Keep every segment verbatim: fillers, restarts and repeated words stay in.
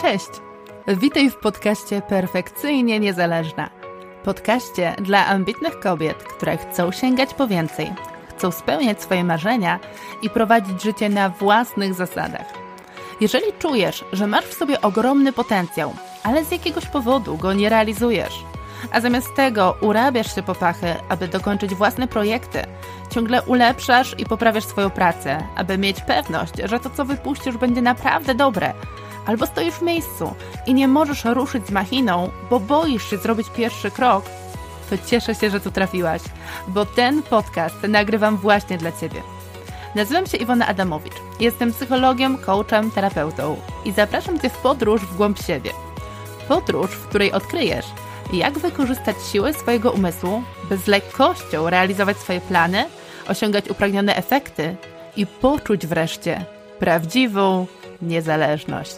Cześć! Witaj w podcaście Perfekcyjnie Niezależna. Podcaście dla ambitnych kobiet, które chcą sięgać po więcej, chcą spełniać swoje marzenia i prowadzić życie na własnych zasadach. Jeżeli czujesz, że masz w sobie ogromny potencjał, ale z jakiegoś powodu go nie realizujesz, a zamiast tego urabiasz się po pachy, aby dokończyć własne projekty, ciągle ulepszasz i poprawiasz swoją pracę, aby mieć pewność, że to, co wypuścisz, będzie naprawdę dobre, albo stoisz w miejscu i nie możesz ruszyć z machiną, bo boisz się zrobić pierwszy krok, to cieszę się, że tu trafiłaś, bo ten podcast nagrywam właśnie dla Ciebie. Nazywam się Iwona Adamowicz, jestem psychologiem, coachem, terapeutą i zapraszam Cię w podróż w głąb siebie. Podróż, w której odkryjesz, jak wykorzystać siłę swojego umysłu, by z lekkością realizować swoje plany, osiągać upragnione efekty i poczuć wreszcie prawdziwą niezależność.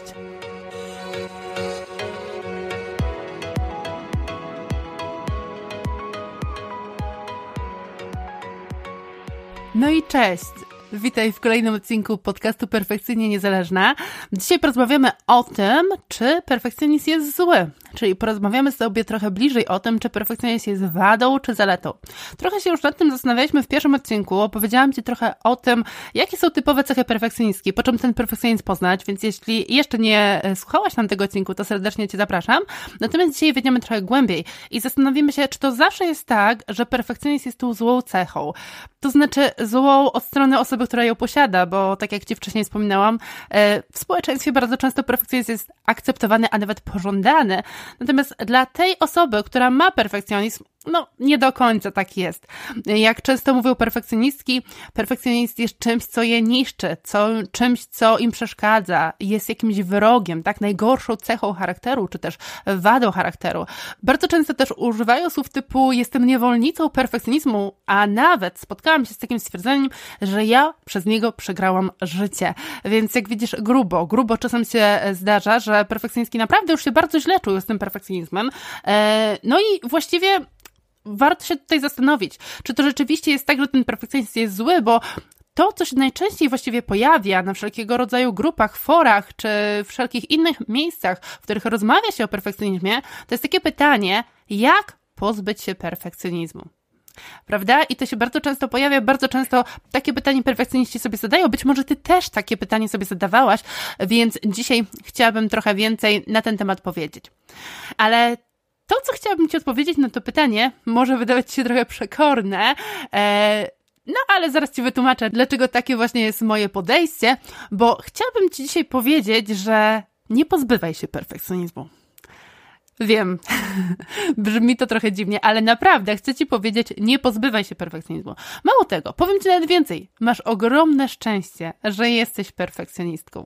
No i cześć! Witaj w kolejnym odcinku podcastu Perfekcyjnie Niezależna. Dzisiaj porozmawiamy o tym, czy perfekcjonizm jest zły. Czyli porozmawiamy sobie trochę bliżej o tym, czy perfekcjonizm jest wadą, czy zaletą. Trochę się już nad tym zastanawialiśmy w pierwszym odcinku. Opowiedziałam Ci trochę o tym, jakie są typowe cechy perfekcjonistki, po czym ten perfekcjonizm poznać, więc jeśli jeszcze nie słuchałaś nam tego odcinku, to serdecznie Cię zapraszam. Natomiast dzisiaj wejdziemy trochę głębiej i zastanowimy się, czy to zawsze jest tak, że perfekcjonizm jest tą złą cechą. To znaczy złą od strony osoby, która ją posiada, bo tak jak Ci wcześniej wspominałam, w społeczeństwie bardzo często perfekcjonizm jest akceptowany, a nawet pożądany. Natomiast dla tej osoby, która ma perfekcjonizm, no nie do końca tak jest. Jak często mówią perfekcjonistki, perfekcjonizm jest czymś, co je niszczy, co, czymś, co im przeszkadza, jest jakimś wrogiem, tak, najgorszą cechą charakteru, czy też wadą charakteru. Bardzo często też używają słów typu jestem niewolnicą perfekcjonizmu, a nawet spotkałam się z takim stwierdzeniem, że ja przez niego przegrałam życie. Więc jak widzisz, grubo, grubo czasem się zdarza, że perfekcjonistki naprawdę już się bardzo źle czują z tym perfekcjonizmem. No i właściwie warto się tutaj zastanowić, czy to rzeczywiście jest tak, że ten perfekcjonizm jest zły, bo to, co się najczęściej właściwie pojawia na wszelkiego rodzaju grupach, forach, czy wszelkich innych miejscach, w których rozmawia się o perfekcjonizmie, to jest takie pytanie, jak pozbyć się perfekcjonizmu? Prawda? I to się bardzo często pojawia, bardzo często takie pytanie perfekcjoniści sobie zadają, być może Ty też takie pytanie sobie zadawałaś, więc dzisiaj chciałabym trochę więcej na ten temat powiedzieć. Ale to, co chciałabym Ci odpowiedzieć na to pytanie, może wydawać Ci się trochę przekorne, e, no ale zaraz Ci wytłumaczę, dlaczego takie właśnie jest moje podejście, bo chciałabym Ci dzisiaj powiedzieć, że nie pozbywaj się perfekcjonizmu. Wiem, brzmi to trochę dziwnie, ale naprawdę chcę Ci powiedzieć, nie pozbywaj się perfekcjonizmu. Mało tego, powiem Ci nawet więcej, masz ogromne szczęście, że jesteś perfekcjonistką.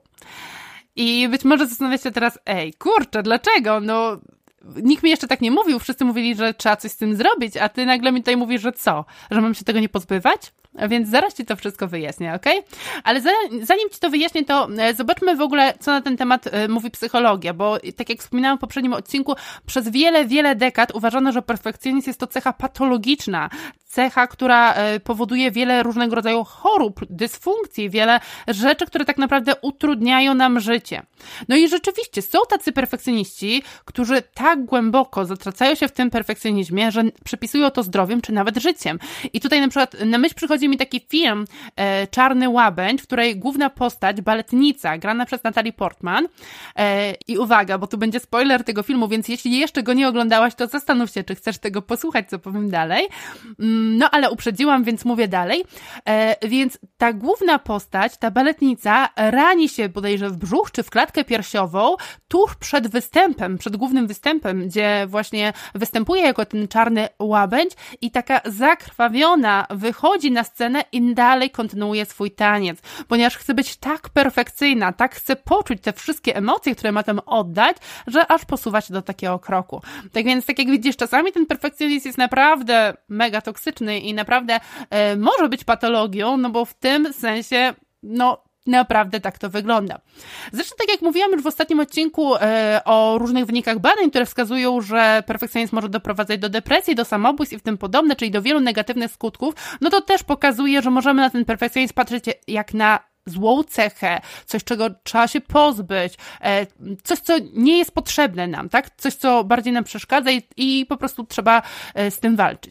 I być może zastanawiasz się teraz, ej, kurczę, dlaczego? No... Nikt mi jeszcze tak nie mówił, wszyscy mówili, że trzeba coś z tym zrobić, a ty nagle mi tutaj mówisz, że co? Że mam się tego nie pozbywać? Więc zaraz Ci to wszystko wyjaśnię, okej? Okay? Ale zanim Ci to wyjaśnię, to zobaczmy w ogóle, co na ten temat mówi psychologia, bo tak jak wspominałam w poprzednim odcinku, przez wiele, wiele dekad uważano, że perfekcjonizm jest to cecha patologiczna, cecha, która powoduje wiele różnego rodzaju chorób, dysfunkcji, wiele rzeczy, które tak naprawdę utrudniają nam życie. No i rzeczywiście są tacy perfekcjoniści, którzy tak głęboko zatracają się w tym perfekcjonizmie, że przypisują to zdrowiem czy nawet życiem. I tutaj na przykład na myśl przychodzi mi taki film e, Czarny Łabędź, w której główna postać, baletnica, grana przez Natalie Portman. E, I uwaga, bo tu będzie spoiler tego filmu, więc jeśli jeszcze go nie oglądałaś, to zastanów się, czy chcesz tego posłuchać, co powiem dalej. No ale uprzedziłam, więc mówię dalej. E, więc ta główna postać, ta baletnica, rani się bodajże w brzuch czy w klatkę piersiową tuż przed występem, przed głównym występem, gdzie właśnie występuje jako ten czarny łabędź i taka zakrwawiona wychodzi na scenę i dalej kontynuuje swój taniec, ponieważ chce być tak perfekcyjna, tak chce poczuć te wszystkie emocje, które ma tam oddać, że aż posuwa się do takiego kroku. Tak więc, tak jak widzisz, czasami ten perfekcjonizm jest naprawdę mega toksyczny i naprawdę e, może być patologią, no bo w tym sensie, no naprawdę tak to wygląda. Zresztą tak jak mówiłam już w ostatnim odcinku e, o różnych wynikach badań, które wskazują, że perfekcjonizm może doprowadzać do depresji, do samobójstw i w tym podobne, czyli do wielu negatywnych skutków, no to też pokazuje, że możemy na ten perfekcjonizm patrzeć jak na złą cechę, coś, czego trzeba się pozbyć, coś, co nie jest potrzebne nam, tak? Coś, co bardziej nam przeszkadza i, i po prostu trzeba z tym walczyć.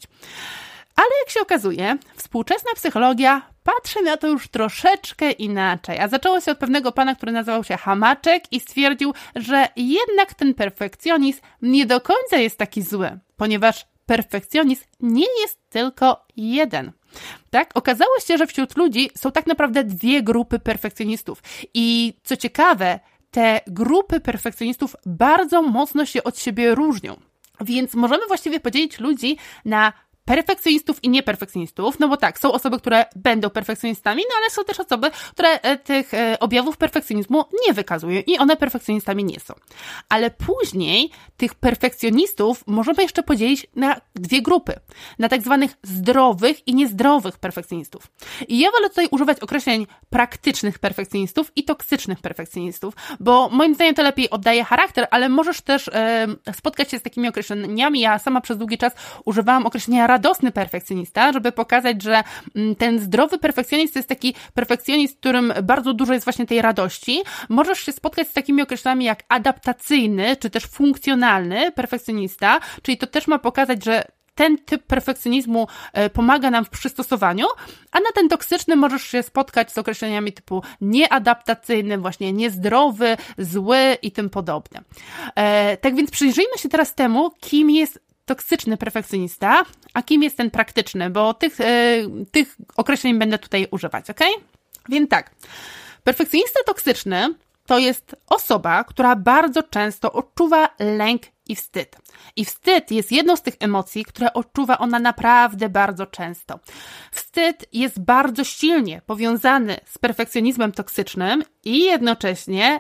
Ale jak się okazuje, współczesna psychologia patrzy na to już troszeczkę inaczej. A zaczęło się od pewnego pana, który nazywał się Hamaczek i stwierdził, że jednak ten perfekcjonizm nie do końca jest taki zły, ponieważ perfekcjonizm nie jest tylko jeden. Tak? Okazało się, że wśród ludzi są tak naprawdę dwie grupy perfekcjonistów. I co ciekawe, te grupy perfekcjonistów bardzo mocno się od siebie różnią. Więc możemy właściwie podzielić ludzi na perfekcjonistów i nieperfekcjonistów, no bo tak, są osoby, które będą perfekcjonistami, no ale są też osoby, które tych objawów perfekcjonizmu nie wykazują i one perfekcjonistami nie są. Ale później tych perfekcjonistów możemy jeszcze podzielić na dwie grupy, na tak zwanych zdrowych i niezdrowych perfekcjonistów. I ja wolę tutaj używać określeń praktycznych perfekcjonistów i toksycznych perfekcjonistów, bo moim zdaniem to lepiej oddaje charakter, ale możesz też e, spotkać się z takimi określeniami. Ja sama przez długi czas używałam określenia radosny perfekcjonista, żeby pokazać, że ten zdrowy perfekcjonizm to jest taki perfekcjonizm, w którym bardzo dużo jest właśnie tej radości. Możesz się spotkać z takimi określeniami jak adaptacyjny, czy też funkcjonalny perfekcjonista, czyli to też ma pokazać, że ten typ perfekcjonizmu pomaga nam w przystosowaniu, a na ten toksyczny możesz się spotkać z określeniami typu nieadaptacyjny, właśnie niezdrowy, zły i tym podobne. E, tak więc przyjrzyjmy się teraz temu, kim jest toksyczny perfekcjonista, a kim jest ten praktyczny, bo tych, yy, tych określeń będę tutaj używać, ok? Więc tak, perfekcjonista toksyczny to jest osoba, która bardzo często odczuwa lęk i wstyd. I wstyd jest jedną z tych emocji, które odczuwa ona naprawdę bardzo często. Wstyd jest bardzo silnie powiązany z perfekcjonizmem toksycznym i jednocześnie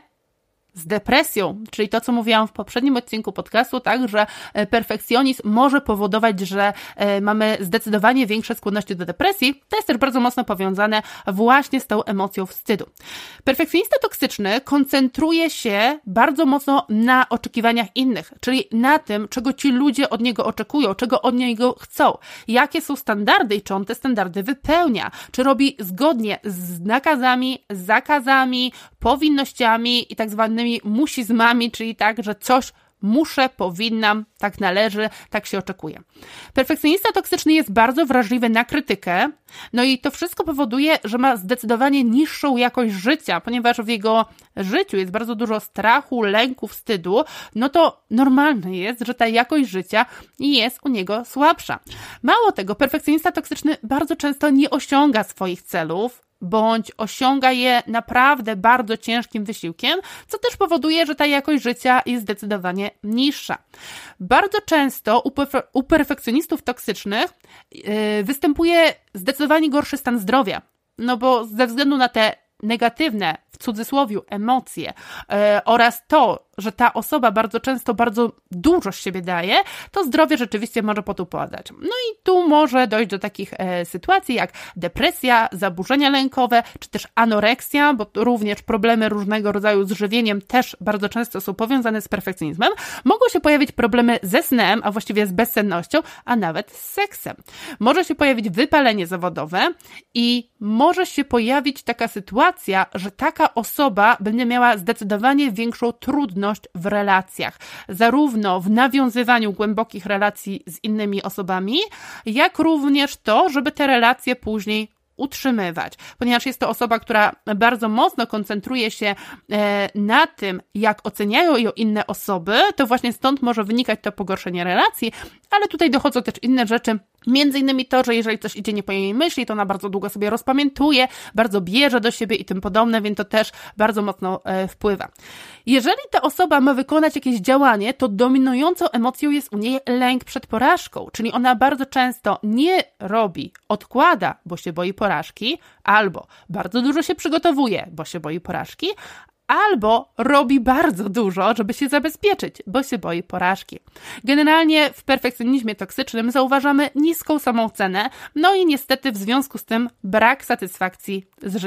z depresją, czyli to, co mówiłam w poprzednim odcinku podcastu, tak, że perfekcjonizm może powodować, że mamy zdecydowanie większe skłonności do depresji. To jest też bardzo mocno powiązane właśnie z tą emocją wstydu. Perfekcjonista toksyczny koncentruje się bardzo mocno na oczekiwaniach innych, czyli na tym, czego ci ludzie od niego oczekują, czego od niego chcą, jakie są standardy i czy on te standardy wypełnia, czy robi zgodnie z nakazami, zakazami, powinnościami i tak zwanymi musizmami, czyli tak, że coś muszę, powinnam, tak należy, tak się oczekuje. Perfekcjonista toksyczny jest bardzo wrażliwy na krytykę, no i to wszystko powoduje, że ma zdecydowanie niższą jakość życia, ponieważ w jego życiu jest bardzo dużo strachu, lęku, wstydu, no to normalne jest, że ta jakość życia jest u niego słabsza. Mało tego, perfekcjonista toksyczny bardzo często nie osiąga swoich celów, bądź osiąga je naprawdę bardzo ciężkim wysiłkiem, co też powoduje, że ta jakość życia jest zdecydowanie niższa. Bardzo często u, perfe- u perfekcjonistów toksycznych yy, występuje zdecydowanie gorszy stan zdrowia, no bo ze względu na te negatywne, w cudzysłowie, emocje yy, oraz to, że ta osoba bardzo często bardzo dużo z siebie daje, to zdrowie rzeczywiście może potupadać. No i tu może dojść do takich e, sytuacji jak depresja, zaburzenia lękowe, czy też anoreksja, bo również problemy różnego rodzaju z żywieniem też bardzo często są powiązane z perfekcjonizmem. Mogą się pojawić problemy ze snem, a właściwie z bezsennością, a nawet z seksem. Może się pojawić wypalenie zawodowe i może się pojawić taka sytuacja, że taka osoba będzie miała zdecydowanie większą trudność w relacjach, zarówno w nawiązywaniu głębokich relacji z innymi osobami, jak również to, żeby te relacje później utrzymywać, ponieważ jest to osoba, która bardzo mocno koncentruje się na tym, jak oceniają ją inne osoby, to właśnie stąd może wynikać to pogorszenie relacji, ale tutaj dochodzą też inne rzeczy, między innymi to, że jeżeli coś idzie nie po jej myśli, to ona bardzo długo sobie rozpamiętuje, bardzo bierze do siebie i tym podobne, więc to też bardzo mocno e, wpływa. Jeżeli ta osoba ma wykonać jakieś działanie, to dominującą emocją jest u niej lęk przed porażką, czyli ona bardzo często nie robi, odkłada, bo się boi porażki, albo bardzo dużo się przygotowuje, bo się boi porażki, albo robi bardzo dużo, żeby się zabezpieczyć, bo się boi porażki. Generalnie w perfekcjonizmie toksycznym zauważamy niską samoocenę, no i niestety w związku z tym brak satysfakcji z życia.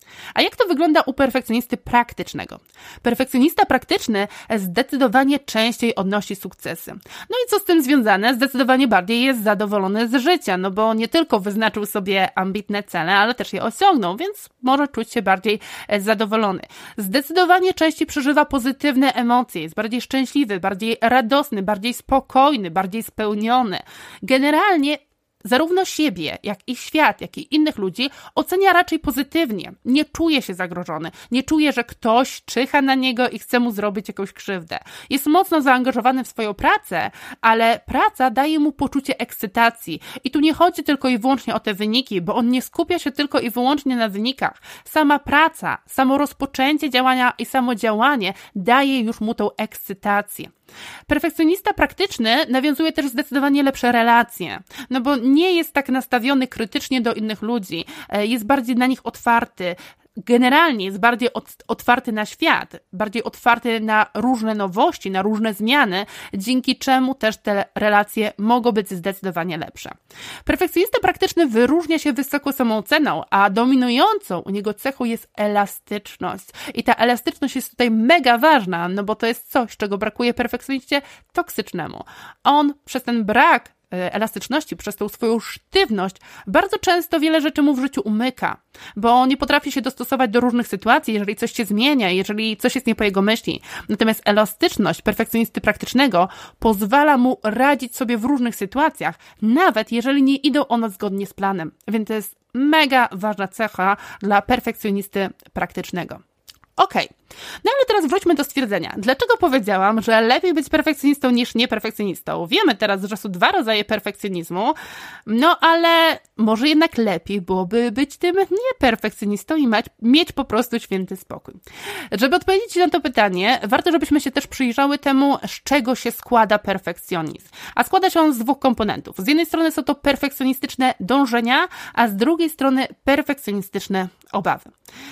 A jak to wygląda u perfekcjonisty praktycznego? Perfekcjonista praktyczny zdecydowanie częściej odnosi sukcesy. No i co z tym związane? Zdecydowanie bardziej jest zadowolony z życia, no bo nie tylko wyznaczył sobie ambitne cele, ale też je osiągnął, więc może czuć się bardziej zadowolony. Zdecydowanie częściej przeżywa pozytywne emocje, jest bardziej szczęśliwy, bardziej radosny, bardziej spokojny, bardziej spełniony. Generalnie zarówno siebie, jak i świat, jak i innych ludzi ocenia raczej pozytywnie. Nie czuje się zagrożony, nie czuje, że ktoś czyha na niego i chce mu zrobić jakąś krzywdę. Jest mocno zaangażowany w swoją pracę, ale praca daje mu poczucie ekscytacji. I tu nie chodzi tylko i wyłącznie o te wyniki, bo on nie skupia się tylko i wyłącznie na wynikach. Sama praca, samo rozpoczęcie działania i samo działanie daje już mu tą ekscytację. Perfekcjonista praktyczny nawiązuje też zdecydowanie lepsze relacje, no bo nie jest tak nastawiony krytycznie do innych ludzi, jest bardziej na nich otwarty, generalnie jest bardziej otwarty na świat, bardziej otwarty na różne nowości, na różne zmiany, dzięki czemu też te relacje mogą być zdecydowanie lepsze. Perfekcjonista praktyczny wyróżnia się wysoką samooceną, a dominującą u niego cechą jest elastyczność. I ta elastyczność jest tutaj mega ważna, no bo to jest coś, czego brakuje perfekcjoniście toksycznemu. On przez ten brak elastyczności, przez tą swoją sztywność bardzo często wiele rzeczy mu w życiu umyka, bo nie potrafi się dostosować do różnych sytuacji, jeżeli coś się zmienia, jeżeli coś jest nie po jego myśli. Natomiast elastyczność perfekcjonisty praktycznego pozwala mu radzić sobie w różnych sytuacjach, nawet jeżeli nie idą one zgodnie z planem. Więc to jest mega ważna cecha dla perfekcjonisty praktycznego. Okej, okay. No ale teraz wróćmy do stwierdzenia. Dlaczego powiedziałam, że lepiej być perfekcjonistą niż nieperfekcjonistą? Wiemy teraz, że są dwa rodzaje perfekcjonizmu, no ale może jednak lepiej byłoby być tym nieperfekcjonistą i mać, mieć po prostu święty spokój. Żeby odpowiedzieć na to pytanie, warto, żebyśmy się też przyjrzały temu, z czego się składa perfekcjonizm. A składa się on z dwóch komponentów. Z jednej strony są to perfekcjonistyczne dążenia, a z drugiej strony perfekcjonistyczne obawy.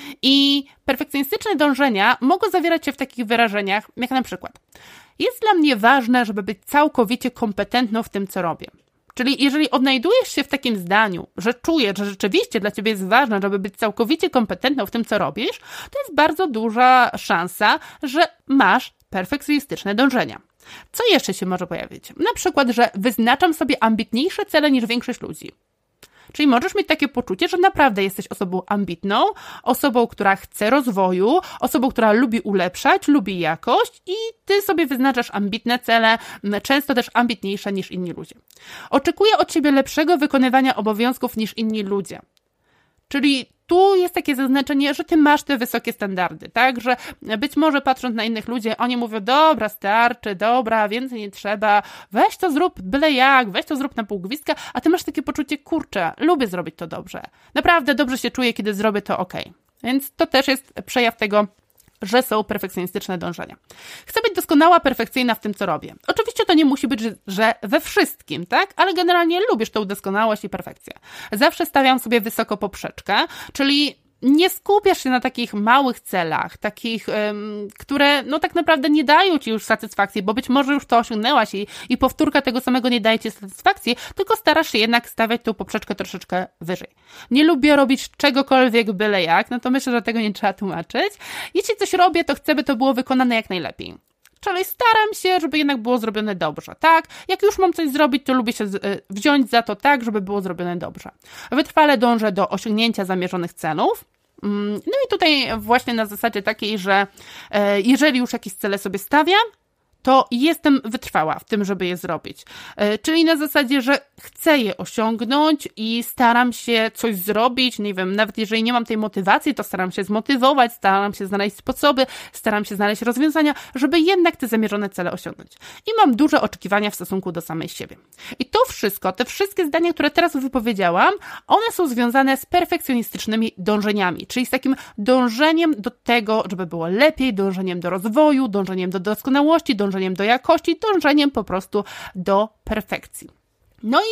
I perfekcjonistyczne dążenia mogą zawierać się w takich wyrażeniach, jak na przykład: jest dla mnie ważne, żeby być całkowicie kompetentną w tym, co robię. Czyli jeżeli odnajdujesz się w takim zdaniu, że czujesz, że rzeczywiście dla ciebie jest ważne, żeby być całkowicie kompetentną w tym, co robisz, to jest bardzo duża szansa, że masz perfekcjonistyczne dążenia. Co jeszcze się może pojawić? Na przykład, że wyznaczam sobie ambitniejsze cele niż większość ludzi. Czyli możesz mieć takie poczucie, że naprawdę jesteś osobą ambitną, osobą, która chce rozwoju, osobą, która lubi ulepszać, lubi jakość i ty sobie wyznaczasz ambitne cele, często też ambitniejsze niż inni ludzie. Oczekuję od ciebie lepszego wykonywania obowiązków niż inni ludzie. Czyli tu jest takie zaznaczenie, że ty masz te wysokie standardy, tak? Że być może patrząc na innych ludzi, oni mówią: dobra, starczy, dobra, więcej nie trzeba, weź to zrób byle jak, weź to zrób na pół gwizdka, a ty masz takie poczucie: kurczę, lubię zrobić to dobrze. Naprawdę dobrze się czuję, kiedy zrobię to okej. Więc to też jest przejaw tego, że są perfekcjonistyczne dążenia. Chcę być doskonała, perfekcyjna w tym, co robię. Oczywiście to nie musi być, że we wszystkim, tak? Ale generalnie lubisz tą doskonałość i perfekcję. Zawsze stawiam sobie wysoko poprzeczkę, czyli nie skupiasz się na takich małych celach, takich, um, które no tak naprawdę nie dają ci już satysfakcji, bo być może już to osiągnęłaś i, i powtórka tego samego nie daje ci satysfakcji, tylko starasz się jednak stawiać tą poprzeczkę troszeczkę wyżej. Nie lubię robić czegokolwiek byle jak, no to myślę, że tego nie trzeba tłumaczyć. Jeśli coś robię, to chcę, by to było wykonane jak najlepiej. Czyli staram się, żeby jednak było zrobione dobrze, tak? Jak już mam coś zrobić, to lubię się wziąć za to tak, żeby było zrobione dobrze. Wytrwale dążę do osiągnięcia zamierzonych celów. No i tutaj właśnie na zasadzie takiej, że jeżeli już jakieś cele sobie stawiam, to jestem wytrwała w tym, żeby je zrobić. Czyli na zasadzie, że chcę je osiągnąć i staram się coś zrobić, nie wiem, nawet jeżeli nie mam tej motywacji, to staram się zmotywować, staram się znaleźć sposoby, staram się znaleźć rozwiązania, żeby jednak te zamierzone cele osiągnąć. I mam duże oczekiwania w stosunku do samej siebie. I to wszystko, te wszystkie zdania, które teraz wypowiedziałam, one są związane z perfekcjonistycznymi dążeniami, czyli z takim dążeniem do tego, żeby było lepiej, dążeniem do rozwoju, dążeniem do doskonałości, dążeniem do jakości, dążeniem po prostu do perfekcji. No i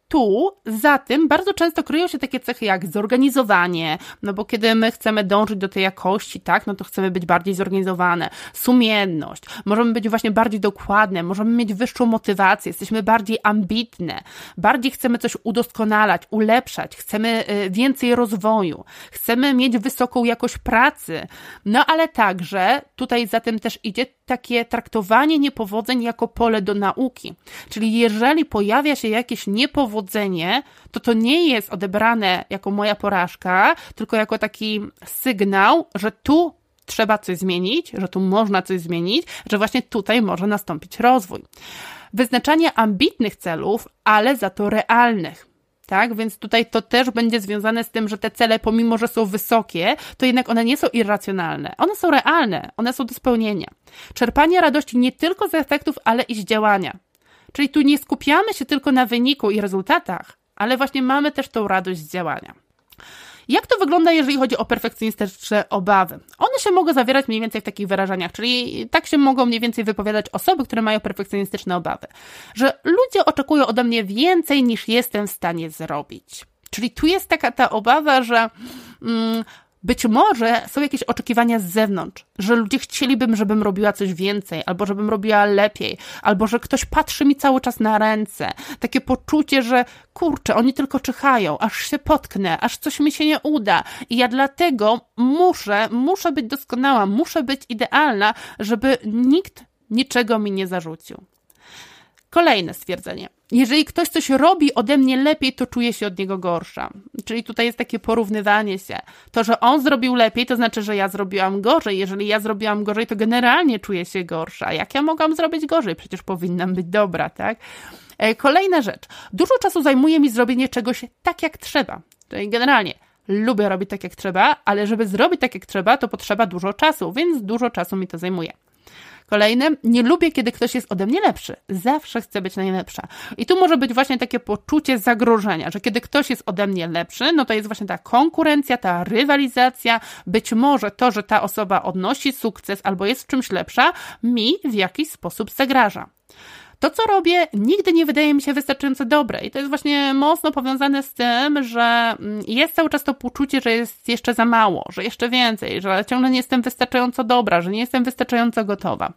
tu za tym bardzo często kryją się takie cechy jak zorganizowanie, no bo kiedy my chcemy dążyć do tej jakości, tak, no to chcemy być bardziej zorganizowane, sumienność, możemy być właśnie bardziej dokładne, możemy mieć wyższą motywację, jesteśmy bardziej ambitne, bardziej chcemy coś udoskonalać, ulepszać, chcemy więcej rozwoju, chcemy mieć wysoką jakość pracy, no ale także tutaj za tym też idzie takie traktowanie niepowodzeń jako pole do nauki, czyli jeżeli pojawia się jakieś niepowodzenie, to to nie jest odebrane jako moja porażka, tylko jako taki sygnał, że tu trzeba coś zmienić, że tu można coś zmienić, że właśnie tutaj może nastąpić rozwój. Wyznaczanie ambitnych celów, ale za to realnych. Tak, więc tutaj to też będzie związane z tym, że te cele, pomimo że są wysokie, to jednak one nie są irracjonalne. One są realne, one są do spełnienia. Czerpanie radości nie tylko z efektów, ale i z działania. Czyli tu nie skupiamy się tylko na wyniku i rezultatach, ale właśnie mamy też tą radość z działania. Jak to wygląda, jeżeli chodzi o perfekcjonistyczne obawy? One się mogą zawierać mniej więcej w takich wyrażeniach, czyli tak się mogą mniej więcej wypowiadać osoby, które mają perfekcjonistyczne obawy, że ludzie oczekują ode mnie więcej niż jestem w stanie zrobić. Czyli tu jest taka ta obawa, że mm, być może są jakieś oczekiwania z zewnątrz, że ludzie chcieliby, żebym robiła coś więcej, albo żebym robiła lepiej, albo że ktoś patrzy mi cały czas na ręce. Takie poczucie, że kurczę, oni tylko czyhają, aż się potknę, aż coś mi się nie uda. I ja dlatego muszę, muszę być doskonała, muszę być idealna, żeby nikt niczego mi nie zarzucił. Kolejne stwierdzenie. Jeżeli ktoś coś robi ode mnie lepiej, to czuję się od niego gorsza. Czyli tutaj jest takie porównywanie się. To, że on zrobił lepiej, to znaczy, że ja zrobiłam gorzej. Jeżeli ja zrobiłam gorzej, to generalnie czuję się gorsza. Jak ja mogłam zrobić gorzej? Przecież powinnam być dobra, tak? Kolejna rzecz. Dużo czasu zajmuje mi zrobienie czegoś tak, jak trzeba. Czyli generalnie lubię robić tak, jak trzeba, ale żeby zrobić tak, jak trzeba, to potrzeba dużo czasu, więc dużo czasu mi to zajmuje. Kolejne, nie lubię, kiedy ktoś jest ode mnie lepszy. Zawsze chcę być najlepsza. I tu może być właśnie takie poczucie zagrożenia, że kiedy ktoś jest ode mnie lepszy, no to jest właśnie ta konkurencja, ta rywalizacja, być może to, że ta osoba odnosi sukces albo jest w czymś lepsza, mi w jakiś sposób zagraża. To, co robię, nigdy nie wydaje mi się wystarczająco dobre i to jest właśnie mocno powiązane z tym, że jest cały czas to poczucie, że jest jeszcze za mało, że jeszcze więcej, że ciągle nie jestem wystarczająco dobra, że nie jestem wystarczająco gotowa.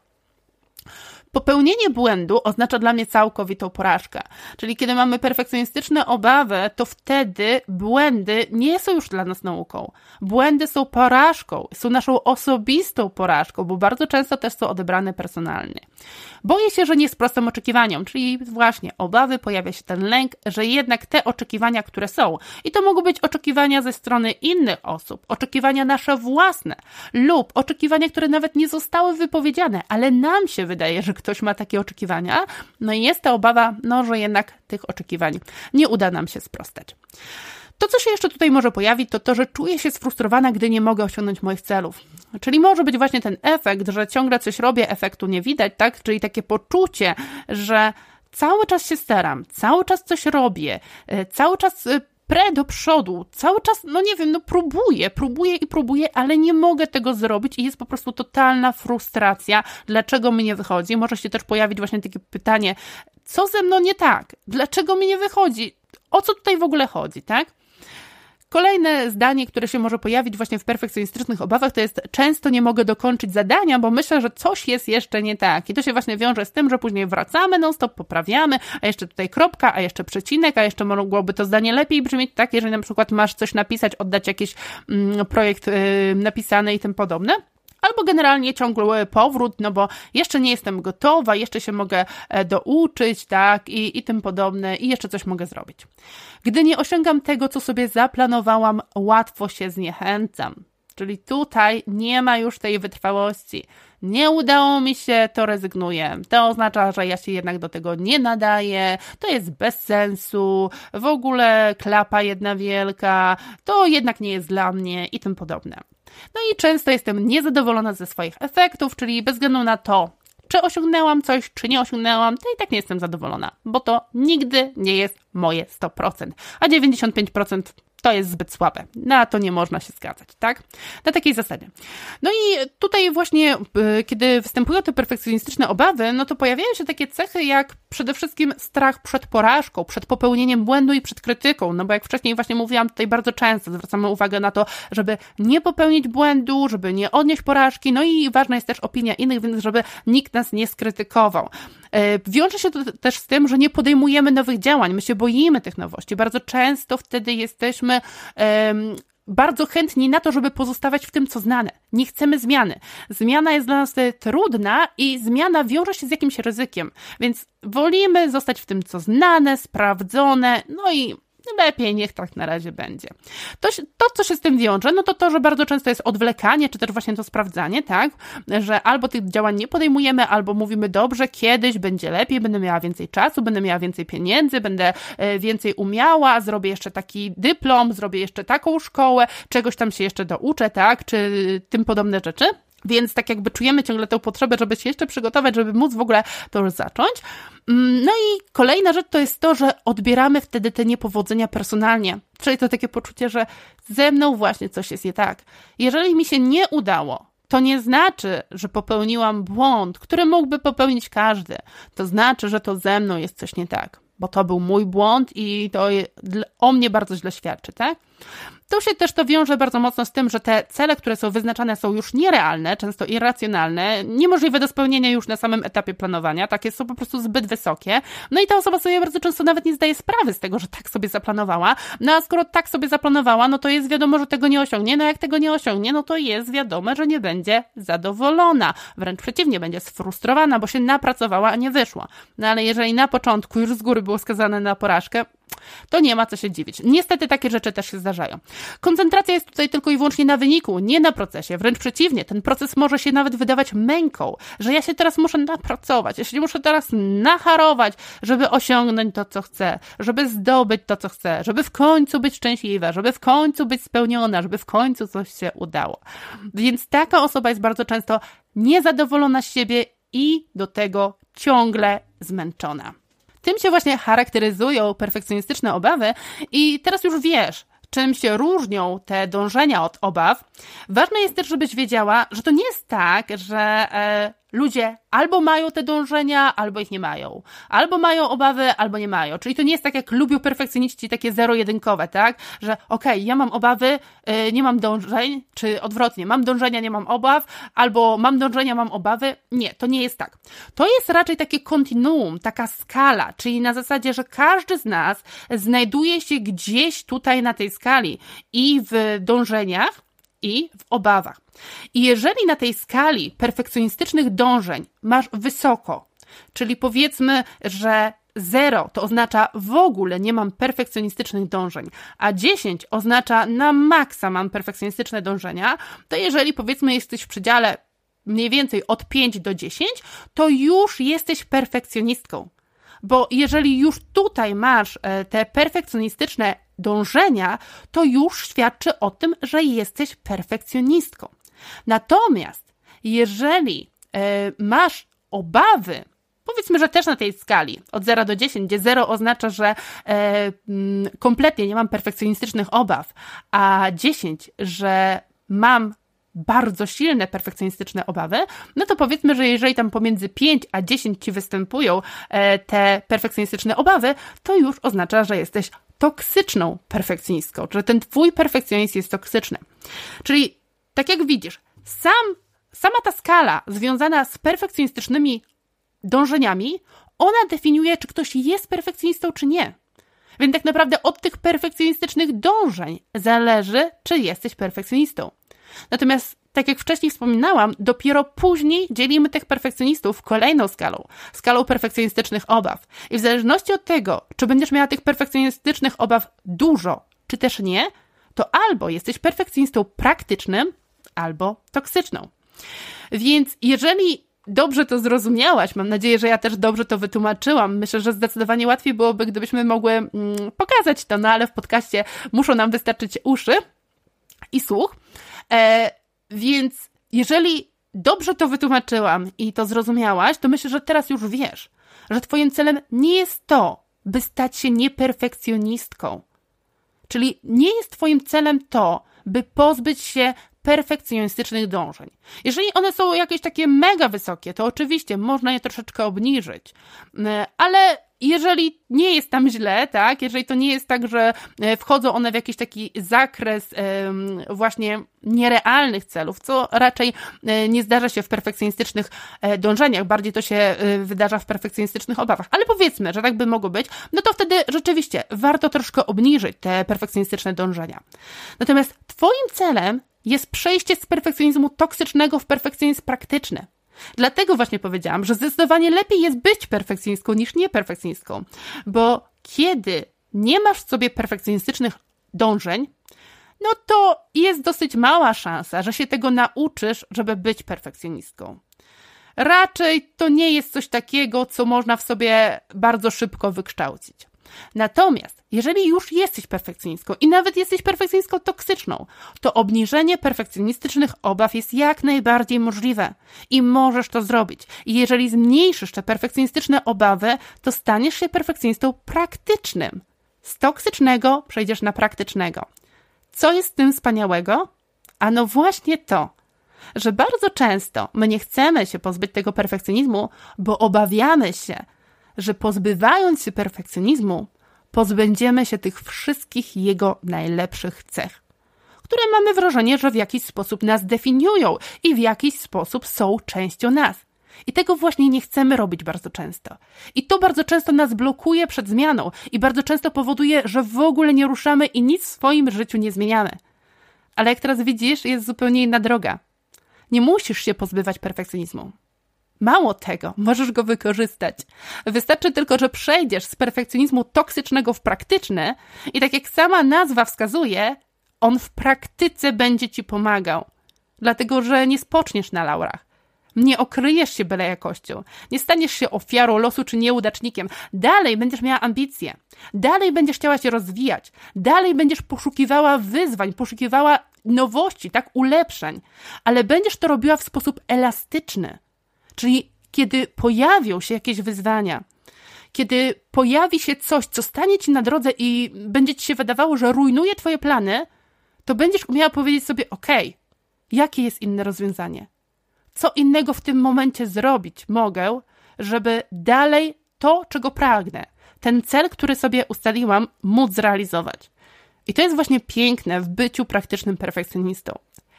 Popełnienie błędu oznacza dla mnie całkowitą porażkę. Czyli kiedy mamy perfekcjonistyczne obawy, to wtedy błędy nie są już dla nas nauką. Błędy są porażką, są naszą osobistą porażką, bo bardzo często też są odebrane personalnie. Boję się, że nie sprostam oczekiwaniom, czyli właśnie obawy, pojawia się ten lęk, że jednak te oczekiwania, które są, i to mogą być oczekiwania ze strony innych osób, oczekiwania nasze własne lub oczekiwania, które nawet nie zostały wypowiedziane, ale nam się wydaje, że ktoś ma takie oczekiwania, no i jest ta obawa, no, że jednak tych oczekiwań nie uda nam się sprostać. To, co się jeszcze tutaj może pojawić, to to, że czuję się sfrustrowana, gdy nie mogę osiągnąć moich celów. Czyli może być właśnie ten efekt, że ciągle coś robię, efektu nie widać, tak? Czyli takie poczucie, że cały czas się staram, cały czas coś robię, cały czas prę do przodu, cały czas, no nie wiem, no próbuję, próbuję i próbuję, ale nie mogę tego zrobić i jest po prostu totalna frustracja, dlaczego mi nie wychodzi. Może się też pojawić właśnie takie pytanie, co ze mną nie tak? Dlaczego mi nie wychodzi? O co tutaj w ogóle chodzi, tak? Kolejne zdanie, które się może pojawić właśnie w perfekcjonistycznych obawach, to jest często nie mogę dokończyć zadania, bo myślę, że coś jest jeszcze nie tak. I to się właśnie wiąże z tym, że później wracamy, non stop poprawiamy, a jeszcze tutaj kropka, a jeszcze przecinek, a jeszcze mogłoby to zdanie lepiej brzmieć, tak? Jeżeli na przykład masz coś napisać, oddać jakiś mm, projekt yy, napisany i tym podobne. Albo generalnie ciągły powrót, no bo jeszcze nie jestem gotowa, jeszcze się mogę douczyć, tak, i, i tym podobne, i jeszcze coś mogę zrobić. Gdy nie osiągam tego, co sobie zaplanowałam, łatwo się zniechęcam. Czyli tutaj nie ma już tej wytrwałości. Nie udało mi się, to rezygnuję. To oznacza, że ja się jednak do tego nie nadaję, to jest bez sensu, w ogóle klapa jedna wielka, to jednak nie jest dla mnie i tym podobne. No i często jestem niezadowolona ze swoich efektów, czyli bez względu na to, czy osiągnęłam coś, czy nie osiągnęłam, to i tak nie jestem zadowolona, bo to nigdy nie jest moje sto procent, a dziewięćdziesiąt pięć procent to jest zbyt słabe. Na to nie można się zgadzać, tak? Na takiej zasadzie. No i tutaj właśnie, kiedy występują te perfekcjonistyczne obawy, no to pojawiają się takie cechy jak przede wszystkim strach przed porażką, przed popełnieniem błędu i przed krytyką, no bo jak wcześniej właśnie mówiłam, tutaj bardzo często zwracamy uwagę na to, żeby nie popełnić błędu, żeby nie odnieść porażki, no i ważna jest też opinia innych, więc żeby nikt nas nie skrytykował. Wiąże się to też z tym, że nie podejmujemy nowych działań, my się boimy tych nowości, bardzo często wtedy jesteśmy um, bardzo chętni na to, żeby pozostawać w tym, co znane. Nie chcemy zmiany. Zmiana jest dla nas trudna i zmiana wiąże się z jakimś ryzykiem, więc wolimy zostać w tym, co znane, sprawdzone, no i lepiej niech tak na razie będzie. To, to, co się z tym wiąże, no to to, że bardzo często jest odwlekanie, czy też właśnie to sprawdzanie, tak? Że albo tych działań nie podejmujemy, albo mówimy, dobrze, kiedyś będzie lepiej, będę miała więcej czasu, będę miała więcej pieniędzy, będę więcej umiała, zrobię jeszcze taki dyplom, zrobię jeszcze taką szkołę, czegoś tam się jeszcze douczę, tak? Czy tym podobne rzeczy. Więc tak jakby czujemy ciągle tę potrzebę, żeby się jeszcze przygotować, żeby móc w ogóle to już zacząć. No i kolejna rzecz to jest to, że odbieramy wtedy te niepowodzenia personalnie. Czyli to takie poczucie, że ze mną właśnie coś jest nie tak. Jeżeli mi się nie udało, to nie znaczy, że popełniłam błąd, który mógłby popełnić każdy. To znaczy, że to ze mną jest coś nie tak, bo to był mój błąd i to o mnie bardzo źle świadczy, tak? Tu się też to wiąże bardzo mocno z tym, że te cele, które są wyznaczane, są już nierealne, często irracjonalne, niemożliwe do spełnienia już na samym etapie planowania, takie są po prostu zbyt wysokie. No i ta osoba sobie bardzo często nawet nie zdaje sprawy z tego, że tak sobie zaplanowała. No a skoro tak sobie zaplanowała, no to jest wiadomo, że tego nie osiągnie. No jak tego nie osiągnie, no to jest wiadomo, że nie będzie zadowolona. Wręcz przeciwnie, będzie sfrustrowana, bo się napracowała, a nie wyszła. No ale jeżeli na początku już z góry było skazane na porażkę, to nie ma co się dziwić. Niestety takie rzeczy też się zdarzają. Koncentracja jest tutaj tylko i wyłącznie na wyniku, nie na procesie. Wręcz przeciwnie, ten proces może się nawet wydawać męką, że ja się teraz muszę napracować, ja się muszę teraz nacharować, żeby osiągnąć to, co chcę, żeby zdobyć to, co chcę, żeby w końcu być szczęśliwa, żeby w końcu być spełniona, żeby w końcu coś się udało. Więc taka osoba jest bardzo często niezadowolona z siebie i do tego ciągle zmęczona. Tym się właśnie charakteryzują perfekcjonistyczne obawy i teraz już wiesz, czym się różnią te dążenia od obaw. Ważne jest też, żebyś wiedziała, że to nie jest tak, że e, ludzie albo mają te dążenia, albo ich nie mają. Albo mają obawy, albo nie mają. Czyli to nie jest tak, jak lubią perfekcjoniści takie zero-jedynkowe, tak? Że okej, okay, ja mam obawy, yy, nie mam dążeń, czy odwrotnie, mam dążenia, nie mam obaw, albo mam dążenia, mam obawy. Nie, to nie jest tak. To jest raczej takie kontinuum, taka skala, czyli na zasadzie, że każdy z nas znajduje się gdzieś tutaj na tej skali i w dążeniach, i w obawach. I jeżeli na tej skali perfekcjonistycznych dążeń masz wysoko, czyli powiedzmy, że zero to oznacza w ogóle nie mam perfekcjonistycznych dążeń, a dziesięć oznacza na maksa mam perfekcjonistyczne dążenia, to jeżeli powiedzmy jesteś w przedziale mniej więcej od pięć do dziesięciu, to już jesteś perfekcjonistką. Bo jeżeli już tutaj masz te perfekcjonistyczne dążenia, to już świadczy o tym, że jesteś perfekcjonistką. Natomiast jeżeli e, masz obawy, powiedzmy, że też na tej skali od zera do dziesięciu, gdzie zero oznacza, że e, m, kompletnie nie mam perfekcjonistycznych obaw, a dziesięć, że mam bardzo silne perfekcjonistyczne obawy, no to powiedzmy, że jeżeli tam pomiędzy pięć a dziesięć ci występują e, te perfekcjonistyczne obawy, to już oznacza, że jesteś toksyczną perfekcjonistką, że ten twój perfekcjonizm jest toksyczny. Czyli tak jak widzisz, sam, sama ta skala związana z perfekcjonistycznymi dążeniami, ona definiuje, czy ktoś jest perfekcjonistą, czy nie. Więc tak naprawdę od tych perfekcjonistycznych dążeń zależy, czy jesteś perfekcjonistą. Natomiast, tak jak wcześniej wspominałam, dopiero później dzielimy tych perfekcjonistów kolejną skalą, skalą perfekcjonistycznych obaw. I w zależności od tego, czy będziesz miała tych perfekcjonistycznych obaw dużo, czy też nie, to albo jesteś perfekcjonistą praktycznym, albo toksyczną. Więc jeżeli dobrze to zrozumiałaś, mam nadzieję, że ja też dobrze to wytłumaczyłam. Myślę, że zdecydowanie łatwiej byłoby, gdybyśmy mogły mm, pokazać to, no ale w podcaście muszą nam wystarczyć uszy i słuch. E, więc jeżeli dobrze to wytłumaczyłam i to zrozumiałaś, to myślę, że teraz już wiesz, że twoim celem nie jest to, by stać się nieperfekcjonistką. Czyli nie jest twoim celem to, by pozbyć się perfekcjonistycznych dążeń. Jeżeli one są jakieś takie mega wysokie, to oczywiście można je troszeczkę obniżyć, ale jeżeli nie jest tam źle, tak, jeżeli to nie jest tak, że wchodzą one w jakiś taki zakres właśnie nierealnych celów, co raczej nie zdarza się w perfekcjonistycznych dążeniach, bardziej to się wydarza w perfekcjonistycznych obawach, ale powiedzmy, że tak by mogło być, no to wtedy rzeczywiście warto troszkę obniżyć te perfekcjonistyczne dążenia. Natomiast twoim celem jest przejście z perfekcjonizmu toksycznego w perfekcjonizm praktyczny. Dlatego właśnie powiedziałam, że zdecydowanie lepiej jest być perfekcjonistką niż nieperfekcjonistką, bo kiedy nie masz w sobie perfekcjonistycznych dążeń, no to jest dosyć mała szansa, że się tego nauczysz, żeby być perfekcjonistką. Raczej to nie jest coś takiego, co można w sobie bardzo szybko wykształcić. Natomiast jeżeli już jesteś perfekcjonistką i nawet jesteś perfekcjonistką toksyczną, to obniżenie perfekcjonistycznych obaw jest jak najbardziej możliwe i możesz to zrobić. I jeżeli zmniejszysz te perfekcjonistyczne obawy, to staniesz się perfekcjonistą praktycznym. Z toksycznego przejdziesz na praktycznego. Co jest w tym wspaniałego? Ano właśnie to, że bardzo często my nie chcemy się pozbyć tego perfekcjonizmu, bo obawiamy się, że pozbywając się perfekcjonizmu, pozbędziemy się tych wszystkich jego najlepszych cech, które mamy wrażenie, że w jakiś sposób nas definiują i w jakiś sposób są częścią nas. I tego właśnie nie chcemy robić bardzo często. I to bardzo często nas blokuje przed zmianą i bardzo często powoduje, że w ogóle nie ruszamy i nic w swoim życiu nie zmieniamy. Ale jak teraz widzisz, jest zupełnie inna droga. Nie musisz się pozbywać perfekcjonizmu. Mało tego, możesz go wykorzystać. Wystarczy tylko, że przejdziesz z perfekcjonizmu toksycznego w praktyczny i tak jak sama nazwa wskazuje, on w praktyce będzie ci pomagał. Dlatego, że nie spoczniesz na laurach. Nie okryjesz się byle jakością. Nie staniesz się ofiarą losu czy nieudacznikiem. Dalej będziesz miała ambicje. Dalej będziesz chciała się rozwijać. Dalej będziesz poszukiwała wyzwań, poszukiwała nowości, tak, ulepszeń. Ale będziesz to robiła w sposób elastyczny. Czyli kiedy pojawią się jakieś wyzwania, kiedy pojawi się coś, co stanie ci na drodze i będzie ci się wydawało, że rujnuje twoje plany, to będziesz umiała powiedzieć sobie, okej, jakie jest inne rozwiązanie? Co innego w tym momencie zrobić mogę, żeby dalej to, czego pragnę, ten cel, który sobie ustaliłam, móc zrealizować. I to jest właśnie piękne w byciu praktycznym perfekcjonistą,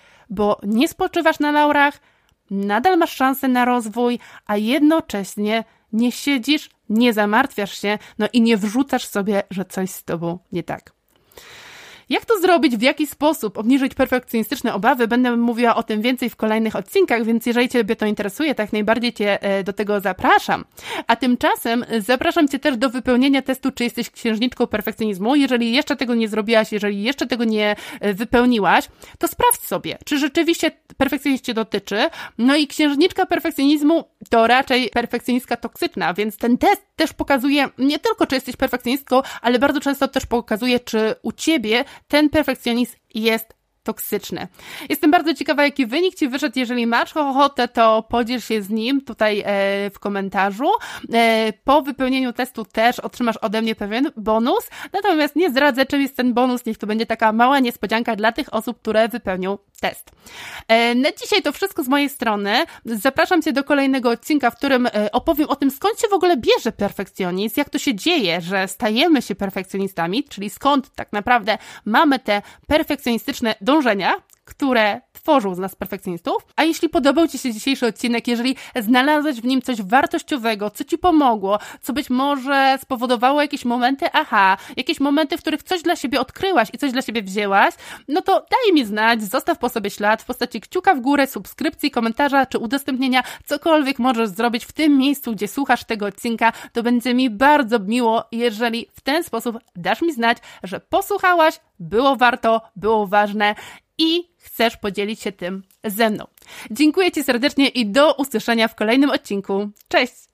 bo nie spoczywasz na laurach, nadal masz szansę na rozwój, a jednocześnie nie siedzisz, nie zamartwiasz się, no i nie wrzucasz sobie, że coś z tobą nie tak. Jak to zrobić, w jaki sposób obniżyć perfekcjonistyczne obawy? Będę mówiła o tym więcej w kolejnych odcinkach, więc jeżeli Ciebie to interesuje, to jak najbardziej Cię do tego zapraszam. A tymczasem zapraszam Cię też do wypełnienia testu, czy jesteś księżniczką perfekcjonizmu. Jeżeli jeszcze tego nie zrobiłaś, jeżeli jeszcze tego nie wypełniłaś, to sprawdź sobie, czy rzeczywiście perfekcjonizm Cię dotyczy. No i księżniczka perfekcjonizmu to raczej perfekcjonistka toksyczna, więc ten test też pokazuje nie tylko, czy jesteś perfekcjonistką, ale bardzo często też pokazuje, czy u Ciebie ten perfekcjonizm jest toksyczny. Jestem bardzo ciekawa, jaki wynik Ci wyszedł. Jeżeli masz ochotę, to podziel się z nim tutaj e, w komentarzu. E, po wypełnieniu testu też otrzymasz ode mnie pewien bonus, natomiast nie zdradzę, czym jest ten bonus. Niech to będzie taka mała niespodzianka dla tych osób, które wypełnią test. E, na dzisiaj to wszystko z mojej strony. Zapraszam Cię do kolejnego odcinka, w którym e, opowiem o tym, skąd się w ogóle bierze perfekcjonizm, jak to się dzieje, że stajemy się perfekcjonistami, czyli skąd tak naprawdę mamy te perfekcjonistyczne dążenia, które tworzą z nas perfekcjonistów. A jeśli podobał Ci się dzisiejszy odcinek, jeżeli znalazłeś w nim coś wartościowego, co Ci pomogło, co być może spowodowało jakieś momenty aha, jakieś momenty, w których coś dla siebie odkryłaś i coś dla siebie wzięłaś, no to daj mi znać, zostaw po sobie ślad w postaci kciuka w górę, subskrypcji, komentarza czy udostępnienia, cokolwiek możesz zrobić w tym miejscu, gdzie słuchasz tego odcinka, to będzie mi bardzo miło, jeżeli w ten sposób dasz mi znać, że posłuchałaś, było warto, było ważne i chcesz podzielić się tym ze mną. Dziękuję Ci serdecznie i do usłyszenia w kolejnym odcinku. Cześć!